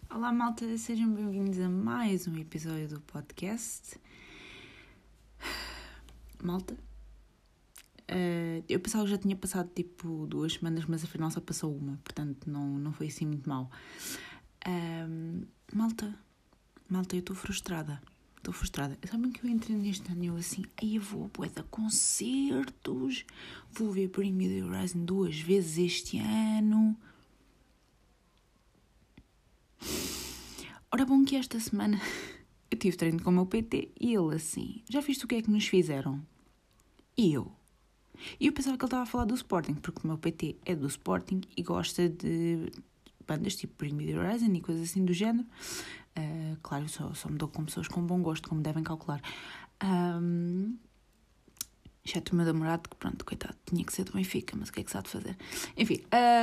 Olá malta, sejam bem-vindos a mais um episódio do podcast. Malta, eu pensava que já tinha passado tipo 2 semanas, mas afinal só passou uma, portanto não foi assim muito mal. Malta, eu estou frustrada. Sabem que eu entrei neste ano e eu assim, aí eu vou a bué de concertos, vou ver Bring Me The Horizon 2 vezes este ano. Ora bom que esta semana eu tive treino com o meu PT e ele assim, já viste o que é que nos fizeram? E eu pensava que ele estava a falar do Sporting, porque o meu PT é do Sporting e gosta de bandas tipo Bring Me The Horizon e coisas assim do género. Claro, eu só me dou com pessoas com bom gosto, como devem calcular. Exceto o meu namorado, que pronto, coitado, tinha que ser do Benfica, mas o que é que se há de fazer? Enfim,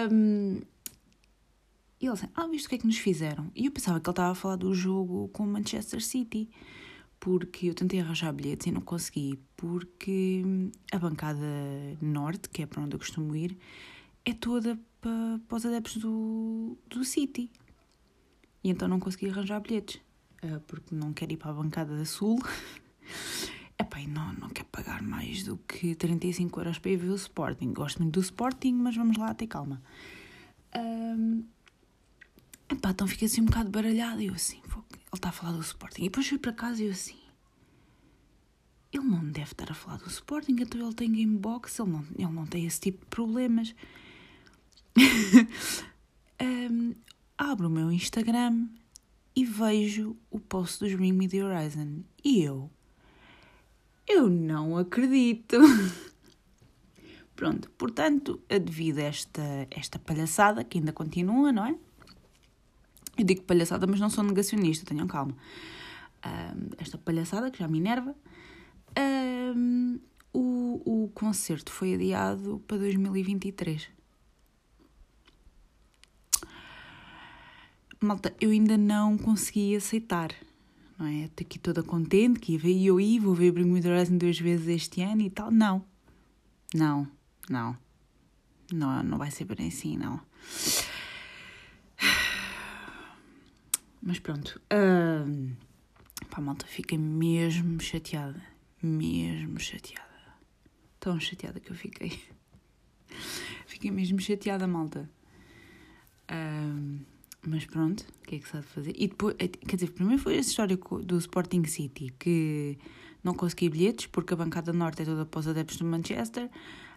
e ele assim, viste o que é que nos fizeram? E eu pensava que ele estava a falar do jogo com o Manchester City, porque eu tentei arranjar bilhetes e não consegui, porque a bancada norte, que é para onde eu costumo ir, é toda para os adeptos do City. E então não consegui arranjar bilhetes, porque não quero ir para a bancada da sul. Epá, e não quero pagar mais do que 35€ para ir ver o Sporting. Gosto muito do Sporting, mas vamos lá, ter calma. Epá, então fiquei assim um bocado baralhada e eu assim, ele está a falar do Sporting. E depois fui para casa e eu assim, ele não deve estar a falar do Sporting, então ele tem Gamebox, ele não tem esse tipo de problemas. Abro o meu Instagram e vejo o post dos Bring Me The Horizon. E eu não acredito. Pronto, portanto, devido a esta palhaçada, que ainda continua, não é? Eu digo palhaçada, mas não sou negacionista, tenham calma. Esta palhaçada, que já me enerva, o concerto foi adiado para 2023. Malta, eu ainda não consegui aceitar, não é? Estou aqui toda contente que vou ver Bring Me The Horizon 2 vezes este ano e tal. Não vai ser bem assim, não. Mas pronto, malta, fiquei mesmo chateada. Tão chateada que eu fiquei. Fiquei mesmo chateada, malta. Mas pronto, o que é que se há de fazer? E depois, quer dizer, primeiro foi essa história do Sporting City, que não consegui bilhetes, porque a bancada norte é toda para os adeptos do Manchester,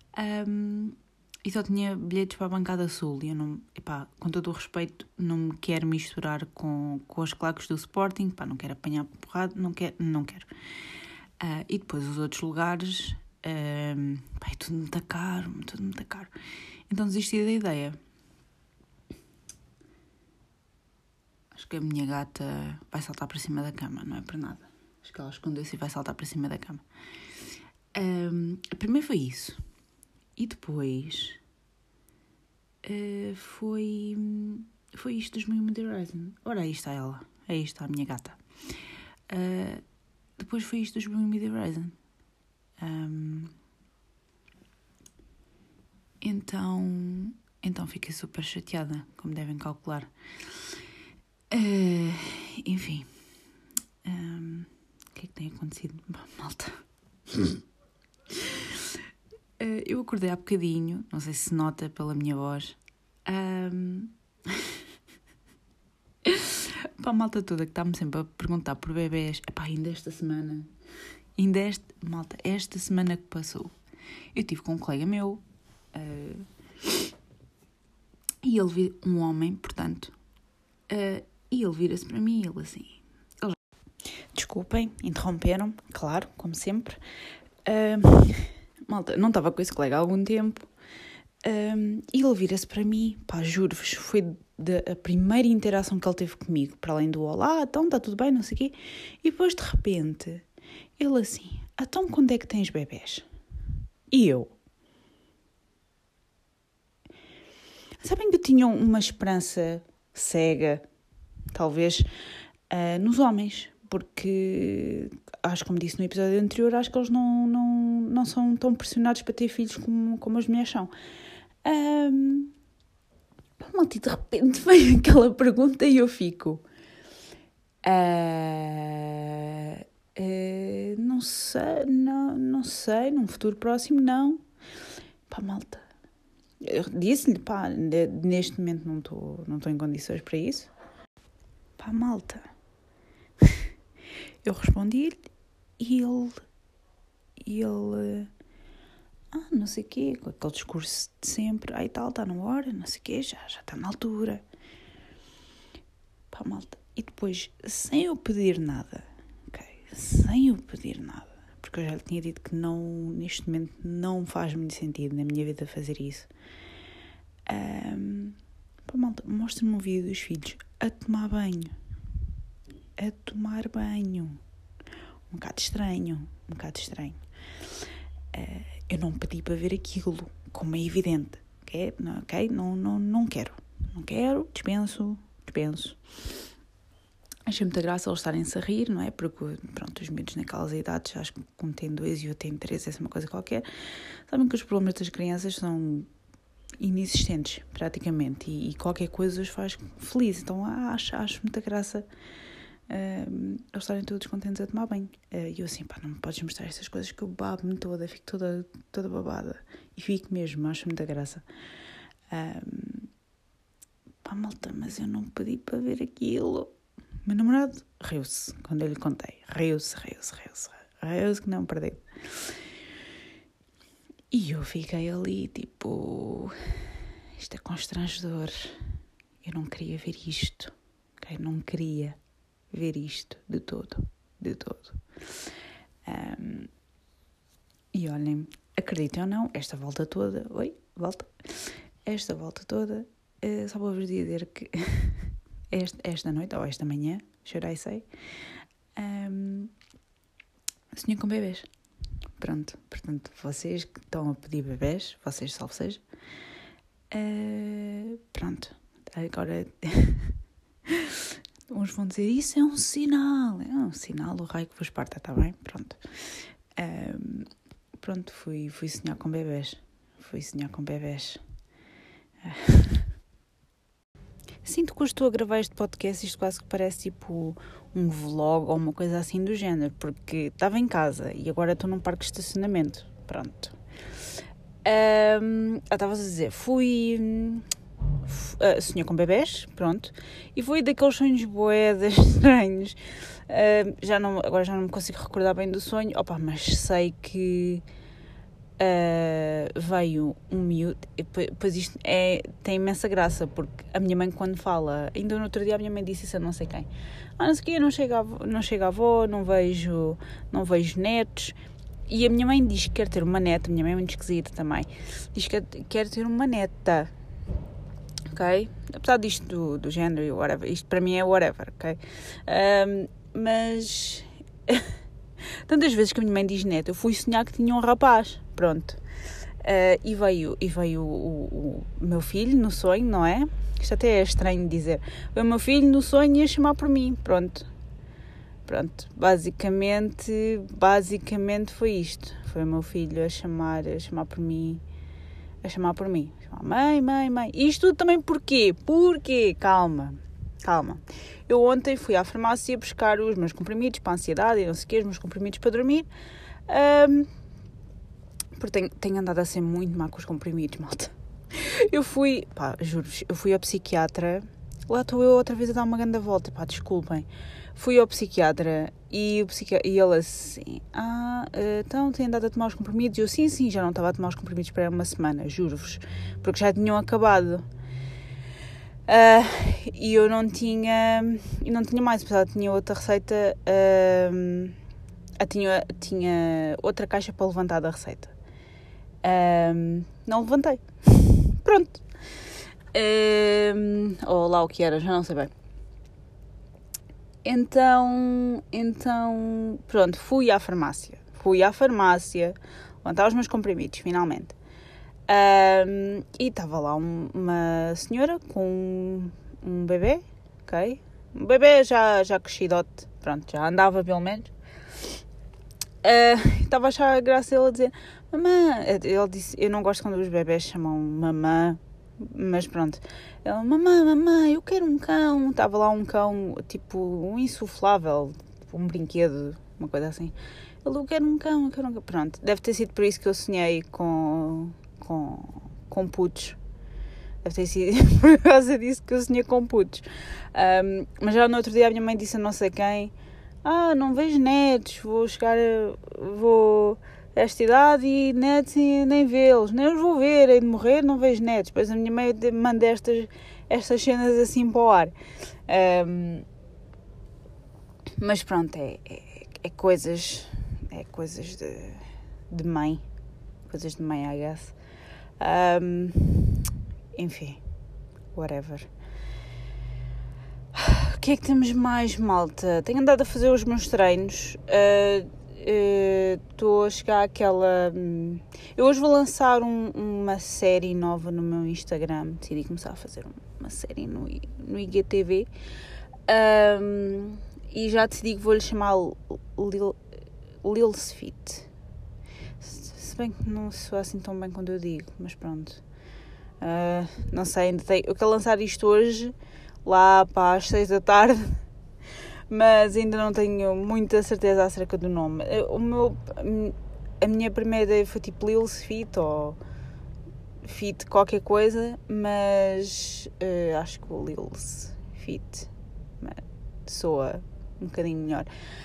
e só tinha bilhetes para a bancada sul. E eu não, com todo o respeito, não me quero misturar com os claques do Sporting, não quero apanhar porrada, não quero. E depois os outros lugares, é tudo muito caro. Então desisti da ideia. Acho que a minha gata vai saltar para cima da cama, não é para nada. Acho que ela escondeu-se e vai saltar para cima da cama. Primeiro foi isso. E depois foi isto dos Bring Me The Horizon. Ora, aí está ela. Aí está a minha gata. Depois foi isto dos Bring Me The Horizon. Então fiquei super chateada, como devem calcular. Enfim. O que é que tem acontecido? Bom, malta. Eu acordei há bocadinho, não sei se nota pela minha voz. Para a malta toda que está-me sempre a perguntar por bebés. Ainda esta semana. Esta semana que passou, eu estive com um colega meu. E ele um homem, portanto. E ele vira-se para mim e ele assim... Desculpem, interromperam-me, claro, como sempre. Malta, não estava com esse colega há algum tempo. E ele vira-se para mim, juro-vos, foi a primeira interação que ele teve comigo, para além do olá, então está tudo bem, não sei o quê. E depois, de repente, ele assim, então quando é que tens bebés? E eu... Sabem que eu tinha uma esperança cega, talvez, nos homens, porque, acho que como disse no episódio anterior, acho que eles não são tão pressionados para ter filhos como as mulheres são. Malta, e de repente vem aquela pergunta e eu fico... não sei, num futuro próximo não. Pá, malta, eu disse-lhe, pá, neste momento não estou em condições para isso. Pá, malta, eu respondi-lhe e ele não sei o quê, com aquele discurso de sempre, aí tal, está na hora, não sei o quê, já está na altura. Pá, malta, e depois, sem eu pedir nada, ok? Sem eu pedir nada, porque eu já lhe tinha dito que não, neste momento não faz muito sentido na minha vida fazer isso. Pá, malta, mostra-me um vídeo dos filhos a tomar banho. Um bocado estranho. Eu não pedi para ver aquilo, como é evidente. Ok? Não quero. Não quero, dispenso. Achei muita graça eles estarem-se a rir, não é? Porque, pronto, os miúdos naquelas idades, acho que um tem 2 e o outro tem 3, essa é uma coisa qualquer. Sabem que os problemas das crianças são inexistentes, praticamente, e qualquer coisa os faz felizes. Então, acho muita graça eles estarem todos contentes a tomar banho. E eu assim, pá, não me podes mostrar estas coisas que eu babo-me toda, fico toda babada. E fico mesmo, acho muita graça. Pá, malta, mas eu não pedi para ver aquilo. Meu namorado riu-se quando eu lhe contei. Riu-se que não perdi. E eu fiquei ali, tipo... Isto é constrangedor. Eu não queria ver isto. Okay? Não queria ver isto de todo. E olhem, acreditem ou não, esta volta toda... Esta volta toda... só vou vos dizer que... esta noite, ou esta manhã, should I say, sonhei com bebês. Pronto, portanto, vocês que estão a pedir bebês, vocês salve seja. Pronto, agora uns vão dizer, isso é um sinal, o raio que vos parta, está bem? Pronto, fui sonhar com bebês. Sinto que eu estou a gravar este podcast, isto quase que parece tipo um vlog ou uma coisa assim do género, porque estava em casa e agora estou num parque de estacionamento. Pronto. Estavas a dizer, sonhei com bebés, pronto, e foi daqueles sonhos bué estranhos. Agora já não me consigo recordar bem do sonho, mas sei que veio um miúdo, pois isto tem imensa graça, porque a minha mãe quando fala, ainda no outro dia a minha mãe disse isso a não sei quem, não sei o quê, não chega a avó, não vejo netos, e a minha mãe diz que quer ter uma neta, a minha mãe é muito esquisita também, diz que quer ter uma neta, ok? Apesar disto do género e whatever, isto para mim é whatever, ok? Mas... Tantas vezes que a minha mãe diz neto, eu fui sonhar que tinha um rapaz, pronto. E veio o meu filho no sonho, não é? Isto até é estranho de dizer. Veio o meu filho no sonho e a chamar por mim, pronto. Basicamente foi isto. Foi o meu filho a chamar por mim. Chamar mãe. E isto tudo também porquê? Calma. Eu ontem fui à farmácia buscar os meus comprimidos para a ansiedade e não sei o quê, os meus comprimidos para dormir. Porque tenho andado a ser muito má com os comprimidos, malta. Juro-vos, eu fui ao psiquiatra. Lá estou eu outra vez a dar uma grande volta, desculpem. Fui ao psiquiatra e ele assim, então tem andado a tomar os comprimidos? Eu sim, já não estava a tomar os comprimidos para uma semana, juro-vos, porque já tinham acabado. E eu não tinha mais, apesar de tinha outra receita, tinha outra caixa para levantar da receita. Não levantei. Pronto. Ou lá o que era, já não sei bem. Então, pronto, fui à farmácia, levantar os meus comprimidos, finalmente. E estava lá uma senhora com um bebê, ok? Um bebê já crescidote, pronto, já andava pelo menos. Estava a achar graça ele a dizer, mamã. Ele disse, eu não gosto quando os bebés chamam mamã, Mas pronto. Ela, mamãe, eu quero um cão. Estava lá um cão, tipo, um insuflável, tipo, um brinquedo, uma coisa assim. Ele, eu quero um cão. Pronto, deve ter sido por isso que eu sonhei com putos. Deve ter sido por causa disso que eu sonhei com putos. Mas já no outro dia a minha mãe disse a não sei quem: não vejo netos, vou a esta idade e netos e nem vê-los, nem os vou ver, hei de morrer, não vejo netos. Depois a minha mãe manda estas cenas assim para o ar. Mas pronto, é coisas de mãe. Coisas de mãe, I guess. Enfim, whatever. O que é que temos mais, malta? Tenho andado a fazer os meus treinos. Estou a chegar àquela... Eu hoje vou lançar uma série nova no meu Instagram. Decidi começar a fazer uma série no IGTV. E já decidi que vou-lhe chamar Lil's Fit. Se bem que não soa assim tão bem quando eu digo, mas pronto. Não sei, eu quero lançar isto hoje, lá para as 6 da tarde, mas ainda não tenho muita certeza acerca do nome. A minha primeira ideia foi tipo Lil's Fit ou Fit qualquer coisa, mas acho que o Lil's Fit soa um bocadinho melhor.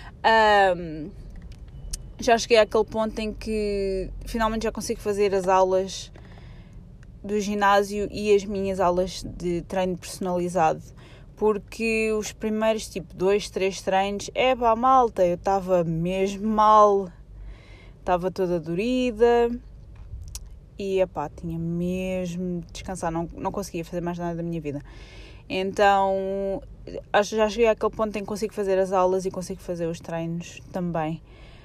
Já cheguei àquele ponto em que finalmente já consigo fazer as aulas do ginásio e as minhas aulas de treino personalizado, porque os primeiros 2, 3 treinos, malta, eu estava mesmo mal, estava toda dorida e tinha mesmo de descansar, não conseguia fazer mais nada da minha vida. Então acho que já cheguei àquele ponto em que consigo fazer as aulas e consigo fazer os treinos também.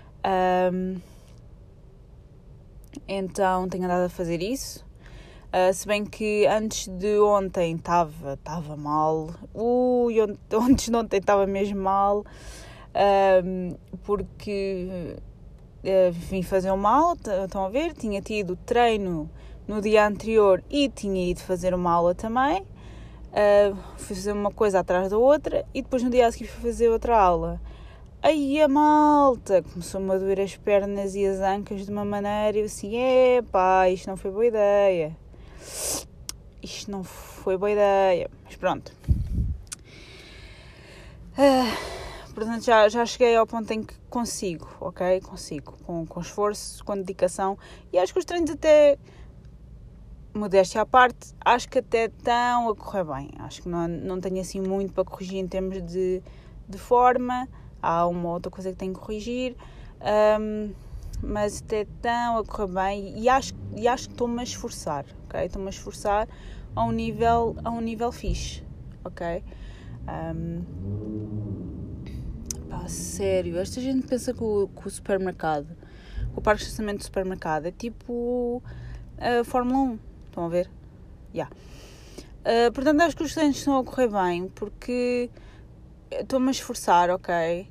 Então tenho andado a fazer isso. Se bem que antes de ontem estava mal. Antes de ontem estava mesmo mal. Porque vim fazer uma aula, estão a ver? Tinha tido treino no dia anterior e tinha ido fazer uma aula também. Fui fazer uma coisa atrás da outra e depois no dia a seguir fui fazer outra aula. Aí a malta começou-me a doer as pernas e as ancas de uma maneira e eu assim, isto não foi boa ideia. Mas pronto. Portanto, já cheguei ao ponto em que consigo, ok? Consigo, com esforço, com dedicação. E acho que os treinos até, modéstia à parte, acho que até estão a correr bem. Acho que não tenho assim muito para corrigir em termos de forma. Há uma outra coisa que tenho que corrigir. Mas até estão a correr bem e acho que estou-me a esforçar, ok? Estou-me a esforçar a um nível fixe, ok? Sério, esta gente pensa que o supermercado, o parque de estacionamento do supermercado é tipo a Fórmula 1, estão a ver? Portanto, acho que os treinos estão a correr bem porque estou-me a esforçar, ok?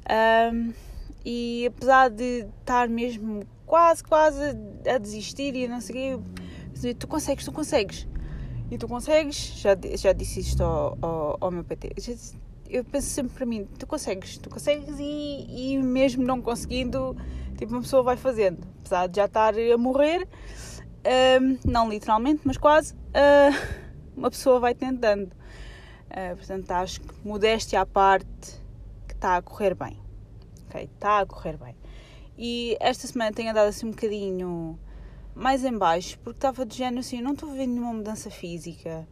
E apesar de estar mesmo quase a desistir e não sei o quê, tu consegues. E tu consegues, já disse isto ao meu PT. Eu penso sempre para mim, tu consegues e mesmo não conseguindo, uma pessoa vai fazendo. Apesar de já estar a morrer, não literalmente, mas quase, uma pessoa vai tentando. Portanto, acho que modéstia à parte que está a correr bem. Ok, está a correr bem. E esta semana tenho andado assim um bocadinho mais em baixo, porque estava de género assim, não estou vendo nenhuma mudança física.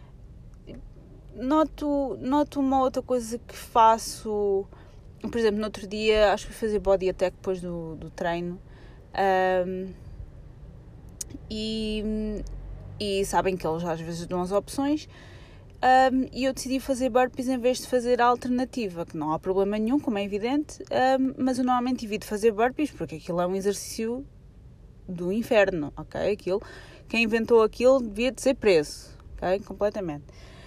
Noto uma outra coisa que faço, por exemplo, no outro dia, acho que fui fazer body attack depois do treino. E sabem que eles às vezes dão as opções. E eu decidi fazer burpees em vez de fazer a alternativa, que não há problema nenhum, como é evidente, mas eu normalmente evito fazer burpees porque aquilo é um exercício do inferno, ok? Quem inventou aquilo devia de ser preso, ok? Completamente.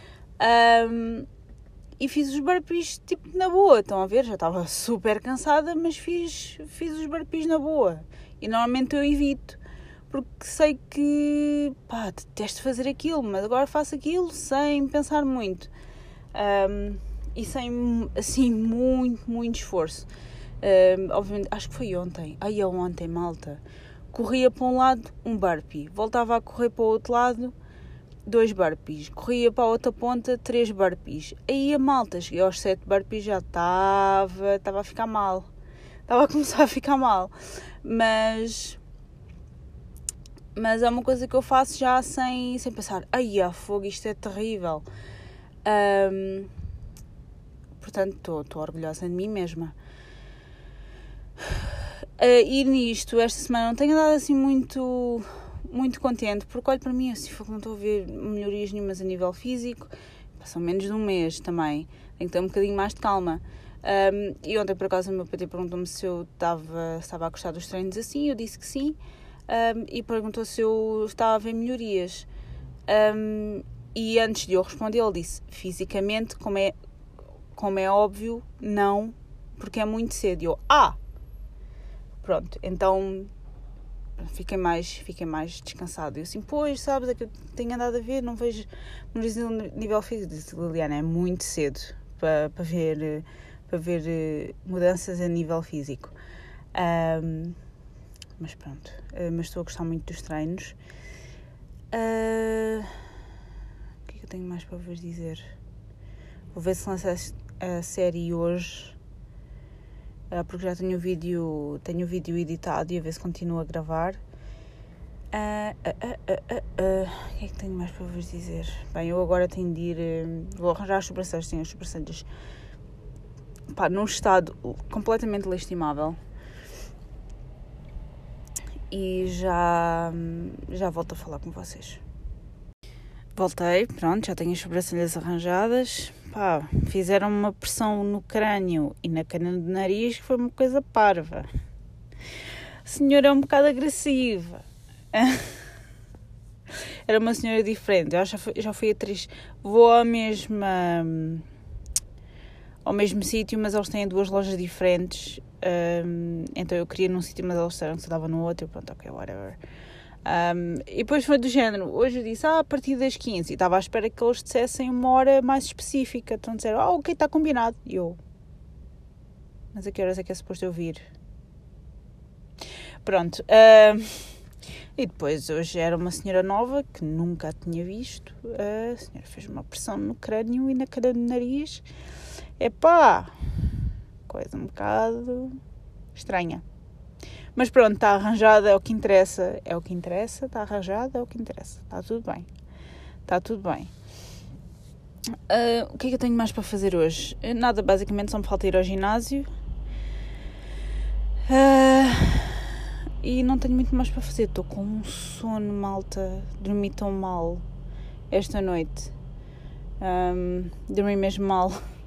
E fiz os burpees na boa, estão a ver? Já estava super cansada, mas fiz os burpees na boa. E normalmente eu evito, porque sei que, detesto fazer aquilo, mas agora faço aquilo sem pensar muito. E sem, assim, muito esforço. Obviamente, acho que foi ontem. Ontem, malta. Corria para um lado, um burpee. Voltava a correr para o outro lado, 2 burpees. Corria para a outra ponta, 3 burpees. Aí a malta, cheguei aos 7 burpees, já estava a ficar mal. Estava a começar a ficar mal. Mas é uma coisa que eu faço já sem pensar. Fogo, isto é terrível. Portanto, estou orgulhosa de mim mesma. E nisto, esta semana não tenho andado assim muito contente, porque olho para mim assim, não estou a ver melhorias nenhumas a nível físico. Passam menos de um mês também, tenho que ter um bocadinho mais de calma. E ontem, por acaso, o meu PT perguntou-me se eu estava a gostar dos treinos assim, eu disse que sim, e perguntou se eu estava a ver melhorias. E antes de eu responder, ele disse, fisicamente, como é óbvio, não, porque é muito cedo. E eu, pronto, então fiquei mais descansado. Eu assim, pois, sabes, é que eu tenho andado a ver, não vejo nível físico. Disse, Liliana, é muito cedo para ver mudanças a nível físico. Mas pronto, mas estou a gostar muito dos treinos. O que é que eu tenho mais para vos dizer? Vou ver se lanço a série hoje, porque já tenho o vídeo editado e a ver se continuo a gravar. O que é que tenho mais para vos dizer? Bem, eu agora tenho de ir, vou arranjar as sobrancelhas, tenho as sobrancelhas num estado completamente lastimável. E já volto a falar com vocês. Voltei, pronto, já tenho as sobrancelhas arranjadas. Fizeram uma pressão no crânio e na cana do nariz que foi uma coisa parva. A senhora é um bocado agressiva. Era uma senhora diferente. Eu já fui atriz. Vou ao mesmo sítio, mas eles têm 2 lojas diferentes. Então eu queria num sítio, mas eles disseram que se dava no outro. Pronto, ok, whatever. E depois foi do género. Hoje eu disse, a partir das 15. E estava à espera que eles dissessem uma hora mais específica. Então disseram, ok, está combinado. E eu, mas a que horas é que é suposto eu vir? Pronto. E depois hoje era uma senhora nova que nunca a tinha visto. A senhora fez uma pressão no crânio e na cara do nariz. Coisa um bocado estranha. Mas pronto, está arranjada, é o que interessa. Está arranjada, é o que interessa. Está tudo bem. O que é que eu tenho mais para fazer hoje? Nada, basicamente só me falta ir ao ginásio. E não tenho muito mais para fazer. Estou com um sono, malta. Dormi tão mal esta noite. Dormi mesmo mal.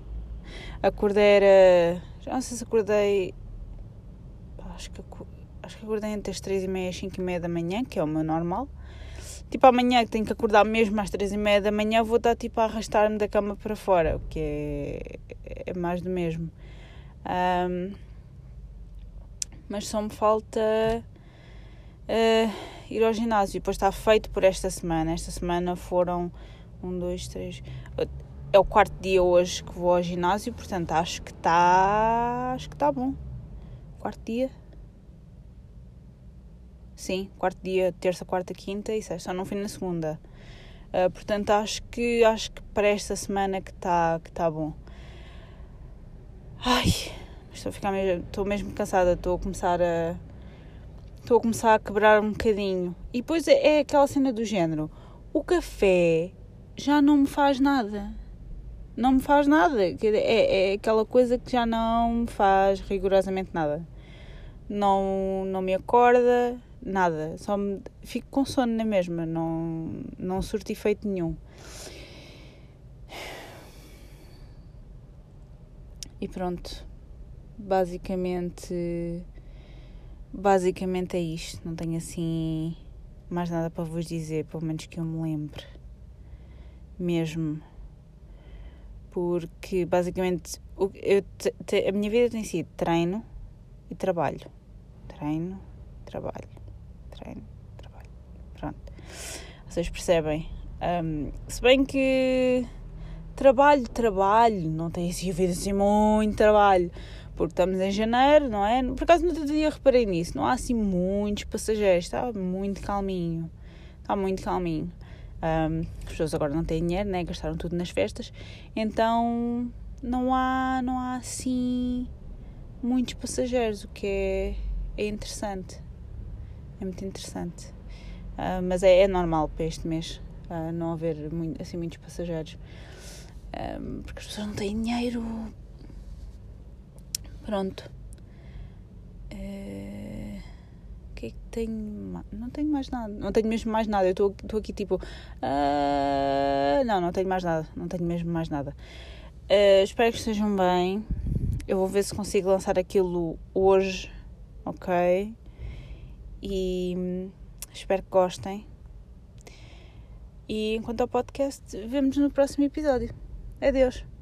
Acordei já não sei se acordei. Acho que acordei entre as 3h30 e as 5h30 da manhã, que é o meu normal. Tipo, amanhã que tenho que acordar mesmo às 3h30 da manhã, vou estar tipo a arrastar-me da cama para fora, o que é mais do mesmo. Mas só me falta ir ao ginásio. Depois está feito por esta semana. Esta semana foram 1, 2, 3... É o 4º dia hoje que vou ao ginásio, portanto acho que está bom. 4º dia? Sim, 4º dia, terça, quarta, quinta e sexta. Só não fui na segunda. Portanto acho que para esta semana que está bom. Estou mesmo cansada. Estou a começar a quebrar um bocadinho. E depois é aquela cena do género. O café já não me faz nada. Não me faz nada. É aquela coisa que já não me faz rigorosamente nada. Não me acorda, nada. Só fico com sono na mesma. Não surto efeito nenhum. E pronto. Basicamente é isto. Não tenho assim mais nada para vos dizer, pelo menos que eu me lembre. Mesmo. Porque basicamente a minha vida tem sido treino e trabalho. Treino, trabalho. Treino, trabalho. Vocês percebem? Se bem que trabalho, não tem havido assim muito trabalho, porque estamos em janeiro, não é? Por acaso no outro dia reparei nisso, não há assim muitos passageiros, está muito calminho. As pessoas agora não têm dinheiro, né? Gastaram tudo nas festas, então não há assim muitos passageiros, o que é interessante, é muito interessante. Mas é normal para este mês não haver assim muitos passageiros, porque as pessoas não têm dinheiro. Pronto. O que é que tenho? Não tenho mais nada. Não tenho mesmo mais nada. Eu estou aqui tipo... não tenho mais nada. Não tenho mesmo mais nada. Espero que estejam bem. Eu vou ver se consigo lançar aquilo hoje. Ok? E espero que gostem. E enquanto ao podcast, vemo-nos no próximo episódio. Adeus.